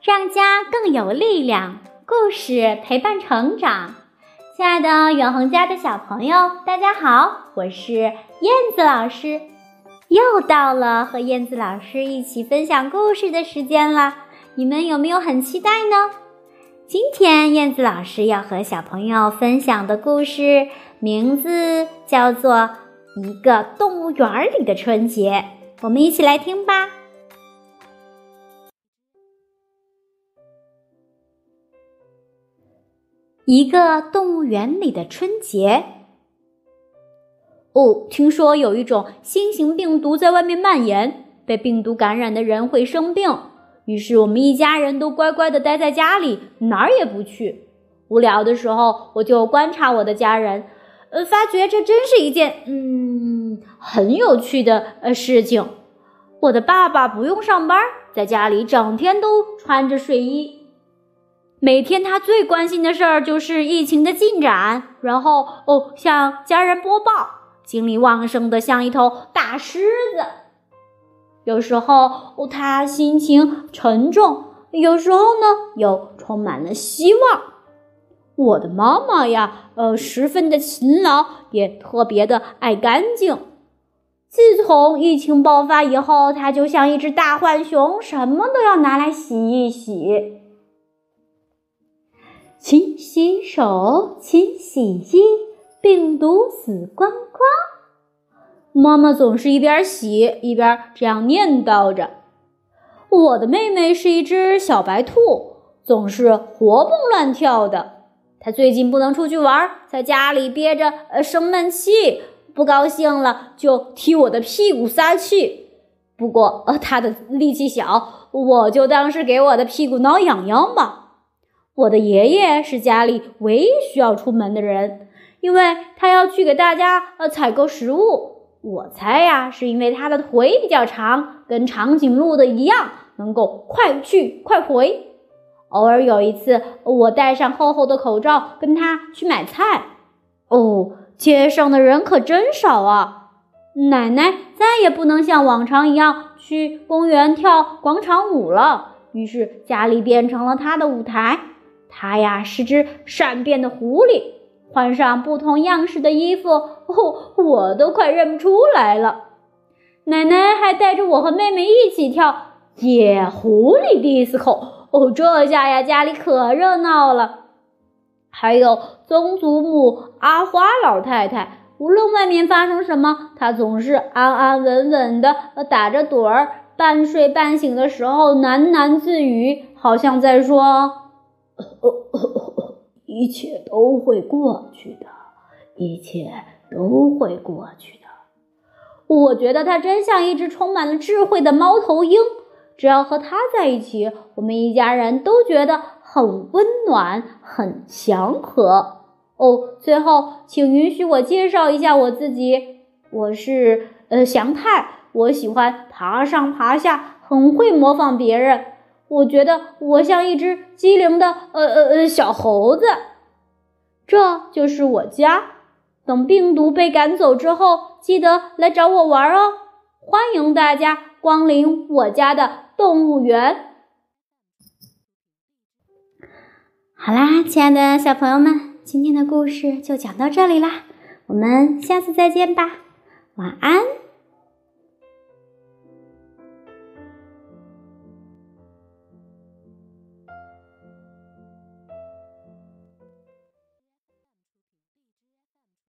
让家更有力量，故事陪伴成长。亲爱的远恒家的小朋友，大家好，我是燕子老师。又到了和燕子老师一起分享故事的时间了，你们有没有很期待呢？今天燕子老师要和小朋友分享的故事名字叫做《一个动物园里的春节》，我们一起来听吧。一个动物园里的春节。听说有一种新型病毒在外面蔓延，被病毒感染的人会生病，于是我们一家人都乖乖地待在家里，哪儿也不去。无聊的时候，我就观察我的家人，发觉这真是一件很有趣的事情。我的爸爸不用上班，在家里整天都穿着睡衣。每天他最关心的事儿就是疫情的进展，然后向家人播报，精力旺盛的像一头大狮子。有时候他心情沉重，有时候呢又充满了希望。我的妈妈呀，十分的勤劳，也特别的爱干净。自从疫情爆发以后，她就像一只大浣熊，什么都要拿来洗一洗。勤洗手，勤洗衣，病毒死光光。妈妈总是一边洗一边这样念叨着。我的妹妹是一只小白兔，总是活蹦乱跳的。她最近不能出去玩，在家里憋着生闷气，不高兴了就踢我的屁股撒气。不过她的力气小，我就当是给我的屁股挠痒痒吧。我的爷爷是家里唯一需要出门的人，因为他要去给大家采购食物。我猜呀，是因为他的腿比较长，跟长颈鹿的一样，能够快去快回。偶尔有一次，我戴上厚厚的口罩跟他去买菜。街上的人可真少啊！奶奶再也不能像往常一样去公园跳广场舞了，于是家里变成了他的舞台。他呀是只善变的狐狸，换上不同样式的衣服，我都快认不出来了。奶奶还带着我和妹妹一起跳野狐狸迪斯科，这下呀家里可热闹了。还有曾祖母阿花老太太，无论外面发生什么，她总是安安稳稳的打着盹儿，半睡半醒的时候喃喃自语，好像在说一切都会过去的，一切都会过去的。我觉得它真像一只充满了智慧的猫头鹰，只要和它在一起，我们一家人都觉得很温暖，很祥和。最后请允许我介绍一下我自己，我是祥太，我喜欢爬上爬下，很会模仿别人。我觉得我像一只机灵的小猴子。这就是我家，等病毒被赶走之后，记得来找我玩哦。欢迎大家光临我家的动物园。好啦，亲爱的小朋友们，今天的故事就讲到这里啦，我们下次再见吧，晚安。